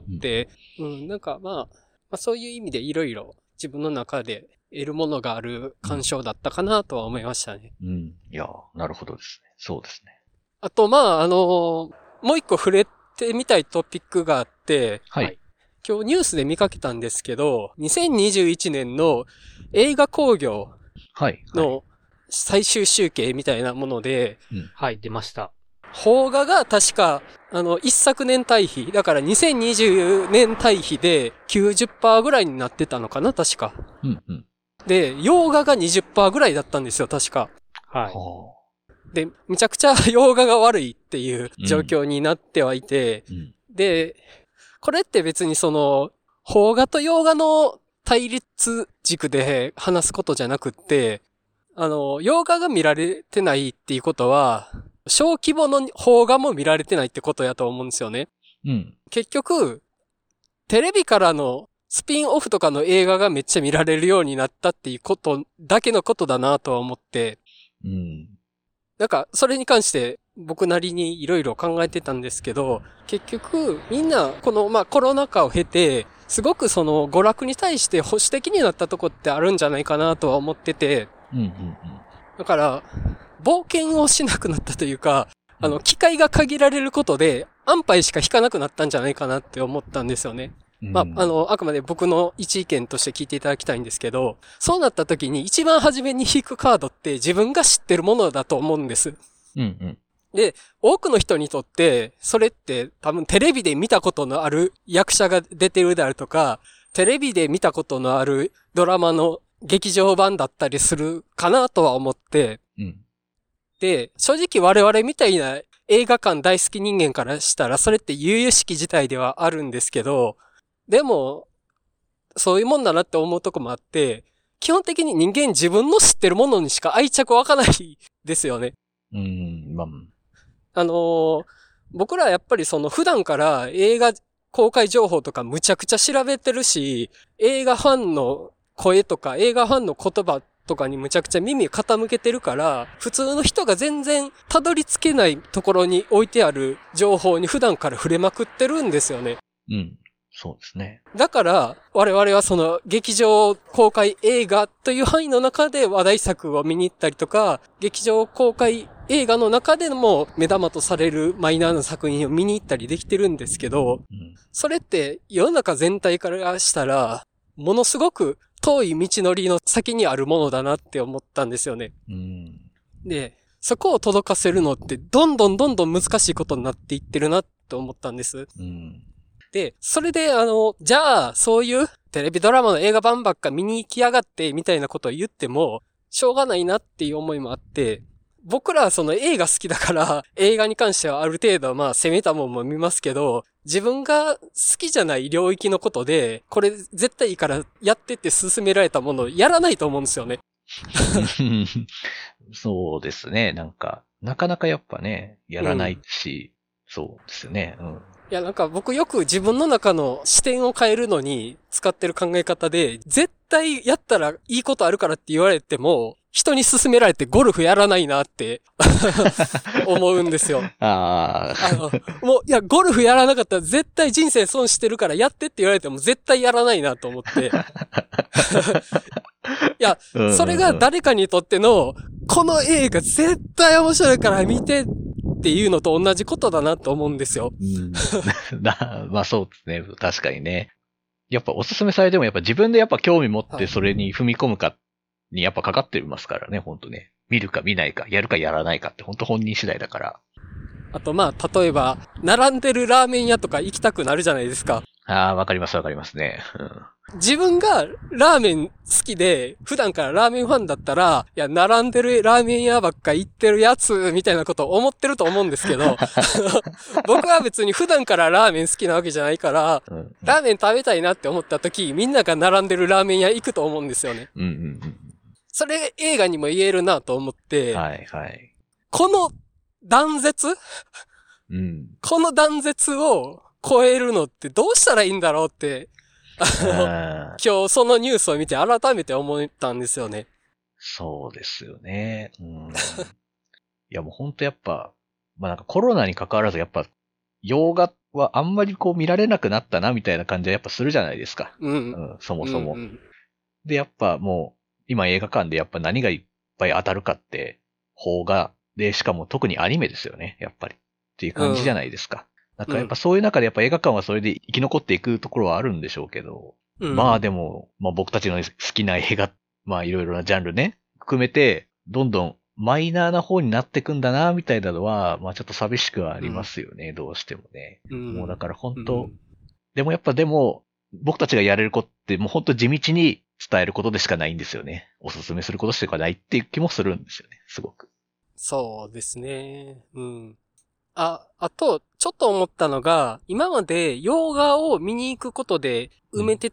うん、うんうん、なんかまあ、まあ、そういう意味でいろいろ自分の中で得るものがある鑑賞だったかなとは思いましたね。 うん。いや、なるほどですね。そうですね。 あと、まあ、あのー、もう一個触れてみたいトピックがあって、はい。今日ニュースで見かけたんですけど、にせんにじゅういちねんの映画興行の最終集計みたいなもので、 はい、うん、はい、出ました。 邦画が確か、あの、一昨年対比、だからにせんにじゅうねん対比で きゅうじゅっパーセント ぐらいになってたのかな、確か。うんうん。で、洋画が にじゅっパーセント ぐらいだったんですよ、確か。はい。で、めちゃくちゃ洋画が悪いっていう状況になってはいて、うんうん、で、これって別にその、邦画と洋画の対立軸で話すことじゃなくって、あの、洋画が見られてないっていうことは、小規模の邦画も見られてないってことやと思うんですよね。 うん。 結局、テレビからのスピンオフとかの映画がめっちゃ見られるようになったっていうことだけのことだなとは思って、 うん。 なんか、それに関して僕なりにいろいろ考えてたんですけど、結局、みんな、この、まあ、コロナ禍を経て、すごくその娯楽に対して保守的になったとこってあるんじゃないかなとは思ってて、 うん。うん。 だから、冒険をしなくなったというか、あの、機会が限られることで、安牌しか引かなくなったんじゃないかなって思ったんですよね。 うん、 まあ、あの、あくまで僕の一意見として聞いていただきたいんですけど、そうなった時に一番初めに引くカードって自分が知ってるものだと思うんです。 うんうん。 で、多くの人にとって、それって多分テレビで見たことのある役者が出てるであるとか、テレビで見たことのあるドラマの劇場版だったりするかなとは思って、 うん、 で、正直我々みたいな映画館大好き人間からしたら、それって悠々しき事態ではあるんですけど、でも、そういうもんだなって思うとこもあって、基本的に人間自分の知ってるものにしか愛着湧かないですよね。 うん、まあ、 あのー、僕らやっぱりその普段から映画公開情報とかむちゃくちゃ調べてるし、映画ファンの声とか映画ファンの言葉とかにむちゃくちゃ耳傾けてるから、普通の人が全然たどり着けないところに置いてある情報に普段から触れまくってるんですよね。 うん。そうですね。 だから、我々はその劇場公開映画という範囲の中で話題作を見に行ったりとか、劇場公開映画の中でも目玉とされるマイナーな作品を見に行ったりできてるんですけど、 うん、 それって世の中全体からしたら、ものすごく遠い道のりの先にあるものだなって思ったんですよね。 うん、 で、そこを届かせるのってどんどんどんどん難しいことになっていってるなと思ったんです。 うんで、それであの、じゃあ、そういうテレビドラマの映画版ばっか見に行きやがってみたいなことを言っても、しょうがないなっていう思いもあって、僕らはその映画好きだから、映画に関してはある程度まあ攻めたもんも見ますけど、自分が好きじゃない領域のことで、これ絶対いいからやってって勧められたものをやらないと思うんですよね。 そうですね。なんか、なかなかやっぱね、やらないし、うん、そうですよね。うんいやなんか僕よく自分の中の視点を変えるのに使ってる考え方で、絶対やったらいいことあるからって言われても、人に勧められてゴルフやらないなって思うんですよ。 ああの、もう、いや、ゴルフやらなかったら絶対人生損してるからやってって言われても絶対やらないなと思って。いや、それが誰かにとっての、この映画絶対面白いから見てっていうのと同じことだなと思うんですよ。 うんなまあそうですね。確かにね。やっぱおすすめされてもやっぱ自分でやっぱ興味持ってそれに踏み込むかにやっぱかかってますからね、本当ね。見るか見ないか、やるかやらないかって本当本人次第だから。 あとまあ、例えば、並んでるラーメン屋とか行きたくなるじゃないですか。 ああ、わかりますわかりますね。うん、 自分がラーメン好きで、普段からラーメンファンだったら、いや、並んでるラーメン屋ばっか行ってるやつ、みたいなことを思ってると思うんですけど、僕は別に普段からラーメン好きなわけじゃないから、うんうん、ラーメン食べたいなって思った時、みんなが並んでるラーメン屋行くと思うんですよね。 うんうんうん、 それ映画にも言えるなと思って、 はいはい、 この断絶、 うん、 この断絶を超えるのってどうしたらいいんだろうって、あの、今日そのニュースを見て改めて思ったんですよね。 そうですよね。うん、いやもうほんとやっぱ、まあなんかコロナに関わらずやっぱ、洋画はあんまりこう見られなくなったなみたいな感じはやっぱするじゃないですか。 うん。 うん、そもそも、 うんうん。 で、やっぱもう、今映画館でやっぱ何がいっぱい当たるかって、邦画で、しかも特にアニメですよね、やっぱり。っていう感じじゃないですか。うん、だからやっぱそういう中でやっぱ映画館はそれで生き残っていくところはあるんでしょうけど、うん、まあでも、まあ僕たちの好きな映画、まあいろいろなジャンルね、含めて、どんどんマイナーな方になってくんだな、みたいなのは、まあちょっと寂しくはありますよね、うん、どうしてもね。うん、もうだから本当、うん、でもやっぱでも、僕たちがやれることってもう本当地道に伝えることでしかないんですよね。おすすめすることしかないっていう気もするんですよね、すごく。 そうですね。うん。あ、あと、ちょっと思ったのが、今まで洋画を見に行くことで埋めてた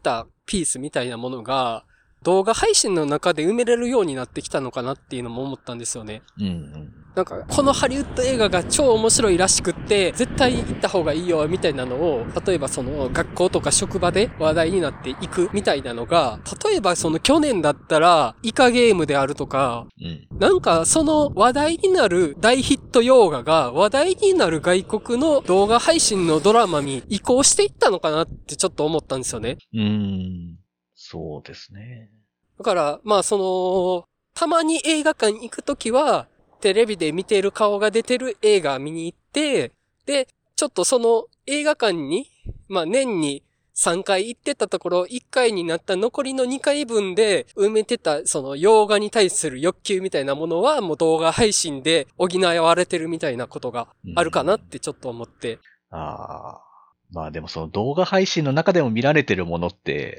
ピースみたいなものが、動画配信の中で埋めれるようになってきたのかなっていうのも思ったんですよね。 うんうん。 なんか、このハリウッド映画が超面白いらしくって、絶対行った方がいいよ、みたいなのを、例えばその、学校とか職場で話題になっていくみたいなのが、例えばその去年だったら、イカゲームであるとか、うん、なんかその話題になる大ヒット洋画が、話題になる外国の動画配信のドラマに移行していったのかなってちょっと思ったんですよね。 うーん。そうですね。 だから、まあその、たまに映画館に行くときは、テレビで見てる顔が出てる映画見に行って、で、ちょっとその映画館に、まあ年にさんかい行ってたところ、いっかいになった残りのにかいぶんで埋めてた、その洋画に対する欲求みたいなものは、もう動画配信で補われてるみたいなことがあるかなってちょっと思って。 うん、ああ。まあでもその動画配信の中でも見られてるものって、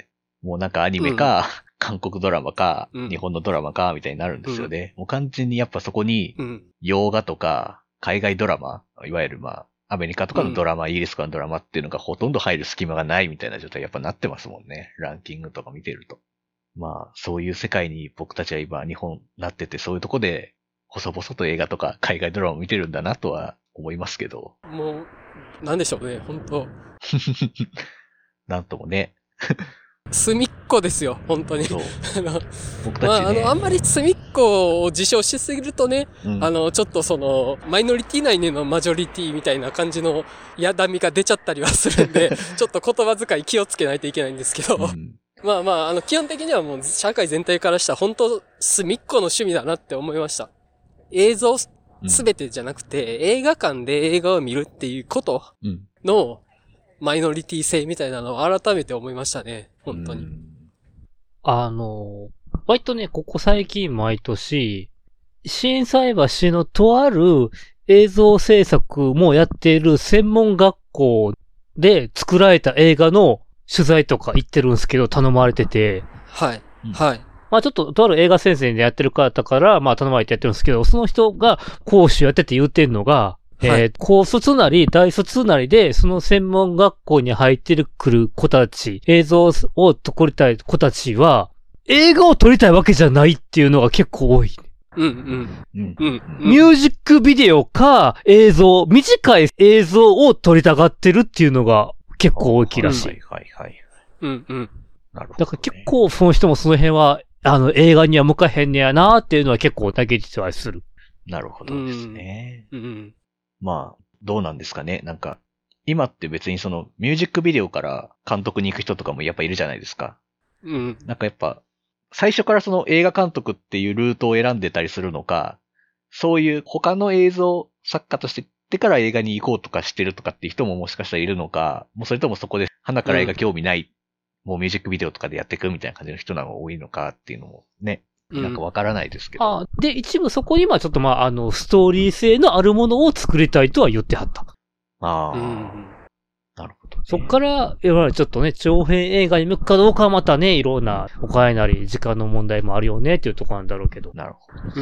もうなんかアニメか、うん、韓国ドラマか、うん、日本のドラマか、みたいになるんですよね。うん、もう完全にやっぱそこに、洋画とか、海外ドラマ、いわゆるまあ、アメリカとかのドラマ、うん、イギリスとかのドラマっていうのがほとんど入る隙間がないみたいな状態やっぱなってますもんね。ランキングとか見てると。まあ、そういう世界に僕たちは今日本なってて、そういうとこで、細々と映画とか海外ドラマを見てるんだなとは思いますけど。 もう、なんでしょうね、本当なんともね。 隅っこですよ、本当に。そう。あの、 僕たちね。 まあ、あの、あんまり隅っこを自称しすぎるとね、うん、あの、ちょっとその、マイノリティ内でのマジョリティみたいな感じのやだみが出ちゃったりはするんで、ちょっと言葉遣い気をつけないといけないんですけど、うん、まあまあ、あの、基本的にはもう社会全体からしたら本当隅っこの趣味だなって思いました。映像すべてじゃなくて、うん、映画館で映画を見るっていうことの、マイノリティ性みたいなのを改めて思いましたね。本当に。 あの、割とね、ここ最近毎年、心斎橋のとある映像制作もやっている専門学校で作られた映画の取材とか行ってるんですけど、頼まれてて。 はい。はい。 まあちょっと、とある映画先生でやってる方から、まあ頼まれてやってるんですけど、その人が講師やってて言ってるのが、えーはい、高卒なり大卒なりで、その専門学校に入ってくる子たち、映像を撮りたい子たちは、映画を撮りたいわけじゃないっていうのが結構多い。 うんうんうんうん、 ミュージックビデオか映像、短い映像を撮りたがってるっていうのが結構大きいらしい。 はいはいはい。 うんうん。 なるほど、ね。だから結構その人もその辺は、あの映画には向かへんねやなっていうのは結構だけ実はする。 なるほどですね。 うん。うんまあ、どうなんですかね。なんか、今って別にそのミュージックビデオから監督に行く人とかもやっぱいるじゃないですか。 うん。 なんかやっぱ、最初からその映画監督っていうルートを選んでたりするのか、そういう他の映像作家として行ってから映画に行こうとかしてるとかっていう人ももしかしたらいるのか、もうそれともそこで鼻から映画興味ない、うん、もうミュージックビデオとかでやっていくみたいな感じの人なのが多いのかっていうのもね。なんかわからないですけど。 うん、あで、一部そこにはちょっとまあ、あの、ストーリー性のあるものを作りたいとは言ってはった。 ああ、 うん。 なるほど、ね。 そっから、いわゆるちょっとね、長編映画に向くかどうかはまたね、いろんなお金なり時間の問題もあるよねっていうところなんだろうけど。 なるほど。うん。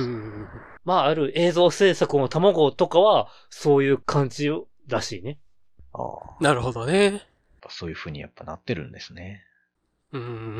まあ、ある映像制作の卵とかは、そういう感じらしいね。 ああ。 なるほどね。 そういう風にやっぱなってるんですね。 うん。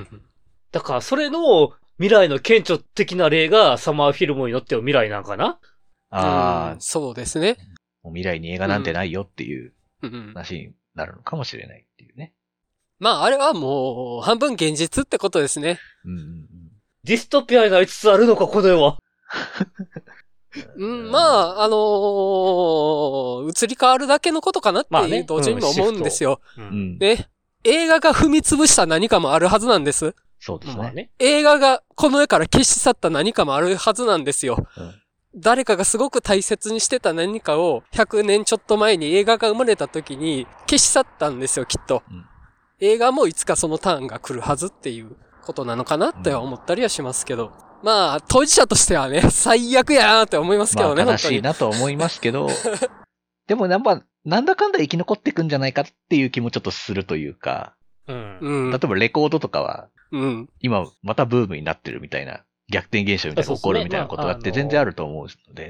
だから、それの、未来の顕著的な例がサマーフィルムに乗っての未来なんかな？ ああ、 うん、そうですね。 もう未来に映画なんてないよっていう話になるのかもしれないっていうね。 まあ、あれはもう、半分現実ってことですね。 うんうんうん、 ディストピアになりつつあるのか、この世は。 うん、まあ、あのー、移り変わるだけのことかなっていう同時にも思うんですよ。 まあねうん、 ね。映画が踏み潰した何かもあるはずなんです。 そうですね。 ね映画がこの世から消し去った何かもあるはずなんですよ。 うん、 誰かがすごく大切にしてた何かをひゃくねんちょっと前に映画が生まれた時に消し去ったんですよ、きっと。 うん、 映画もいつかそのターンが来るはずっていうことなのかなっては思ったりはしますけど。うん、まあ、当事者としてはね、最悪やなって思いますけどね、 まあ、悲しいなと思いますけど、でもやっぱ、なんだかんだ生き残っていくんじゃないかっていう気もちょっとするというか、 うん、 例えばレコードとかは、 うん、 今またブームになってるみたいな、逆転現象みたいな起こるみたいなことがあって全然あると思うのでね。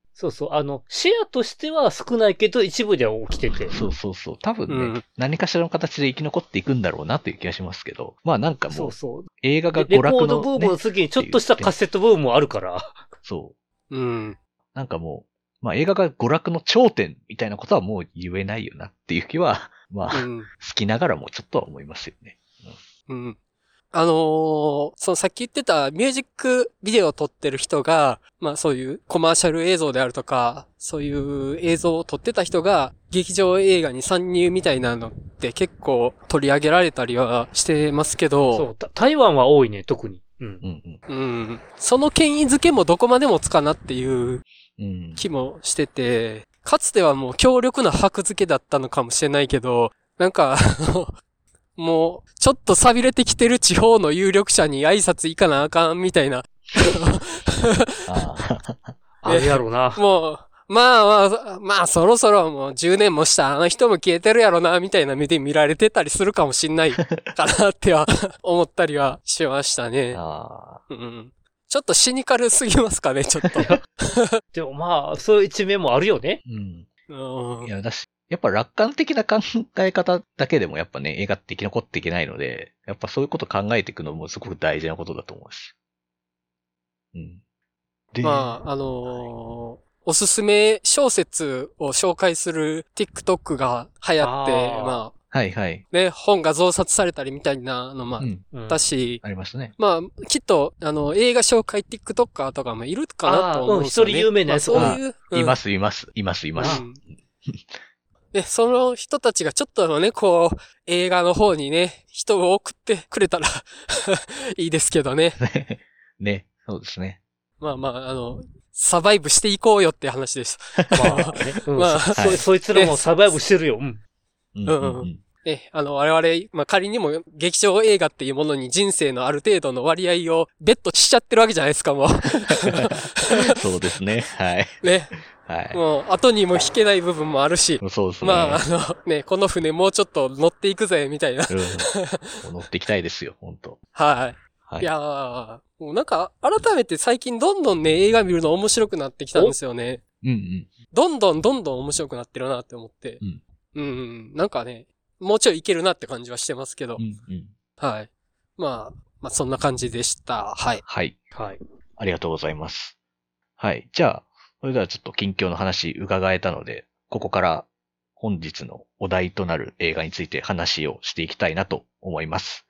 そうそう。あの、シェアとしては少ないけど、一部では起きてて。 そうそうそう。多分ね、 うん、 何かしらの形で生き残っていくんだろうなという気がしますけど。まあなんかもう、 そうそう。 映画がレ娯楽の、ね、 コードブームの次にちょっとしたカセットブームもあるから。 そう。 うん。 なんかもう、まあ映画が娯楽の頂点みたいなことはもう言えないよなっていう気は、まあ、うん、好きながらもちょっとは思いますよね。 うん。うんあのー、そのさっき言ってたミュージックビデオを撮ってる人が、まあそういうコマーシャル映像であるとか、そういう映像を撮ってた人が劇場映画に参入みたいなのって結構取り上げられたりはしてますけど。 そう、台湾は多いね、特に。うん。 うん、うん。その権威づけもどこまでもつかなっていう気もしてて、かつてはもう強力な箔付けだったのかもしれないけど、なんか、もう、ちょっと錆びれてきてる地方の有力者に挨拶行かなあかんみたいな。 ああれやろうな。 もう、まあまあ、まあそろそろもうじゅうねんもしたあの人も消えてるやろな、みたいな目で見られてたりするかもしんないかなっては思ったりはしましたね。あうん、ちょっとシニカルすぎますかね、ちょっと。 でもまあ、そういう一面もあるよね。 うん。うん、いや、だし、やっぱ楽観的な考え方だけでもやっぱね、映画って生き残っていけないので、やっぱそういうこと考えていくのもすごく大事なことだと思うし。 うん。で、まあ、あのー、おすすめ小説を紹介する TikTok が流行って、あまあ、 はいはい。 ね、本が増刷されたりみたいなのもあったし、 うん、ありますね。 まあ、きっと、あの、映画紹介 TikToker とかもいるかなと思うんですよね。 一人有名なやつ、 まあ、そういう、 うん。います、います、います、います。うんで、その人たちがちょっとね、こう、映画の方にね、人を送ってくれたらいいですけどね。 ね、そうですね。 まあまあ、あの、サバイブしていこうよって話です。まあ、ねうん、まあ、はい、そ、そいつらもサバイブしてるよ。うん。 うんうんうん。ね、あの、我々、まあ、仮にも劇場映画っていうものに人生のある程度の割合をベットしちゃってるわけじゃないですか、もう。 そうですね。はい。 ね。はい。もう、後にも引けない部分もあるし。 そうですね。 まあ、あの、ね、この船もうちょっと乗っていくぜ、みたいな。 うん、乗っていきたいですよ、本当はい。はい。いやー、もうなんか、改めて最近どんどんね、映画見るの面白くなってきたんですよね。 うんうん。 どんどんどんどん面白くなってるなって思って。うん。うんうん。なんかね、もうちょいいけるなって感じはしてますけど。うんうん。はい。まあ、まあそんな感じでした。はい。 はい。はい。ありがとうございます。はい。じゃあ、それではちょっと近況の話伺えたので、ここから本日のお題となる映画について話をしていきたいなと思います。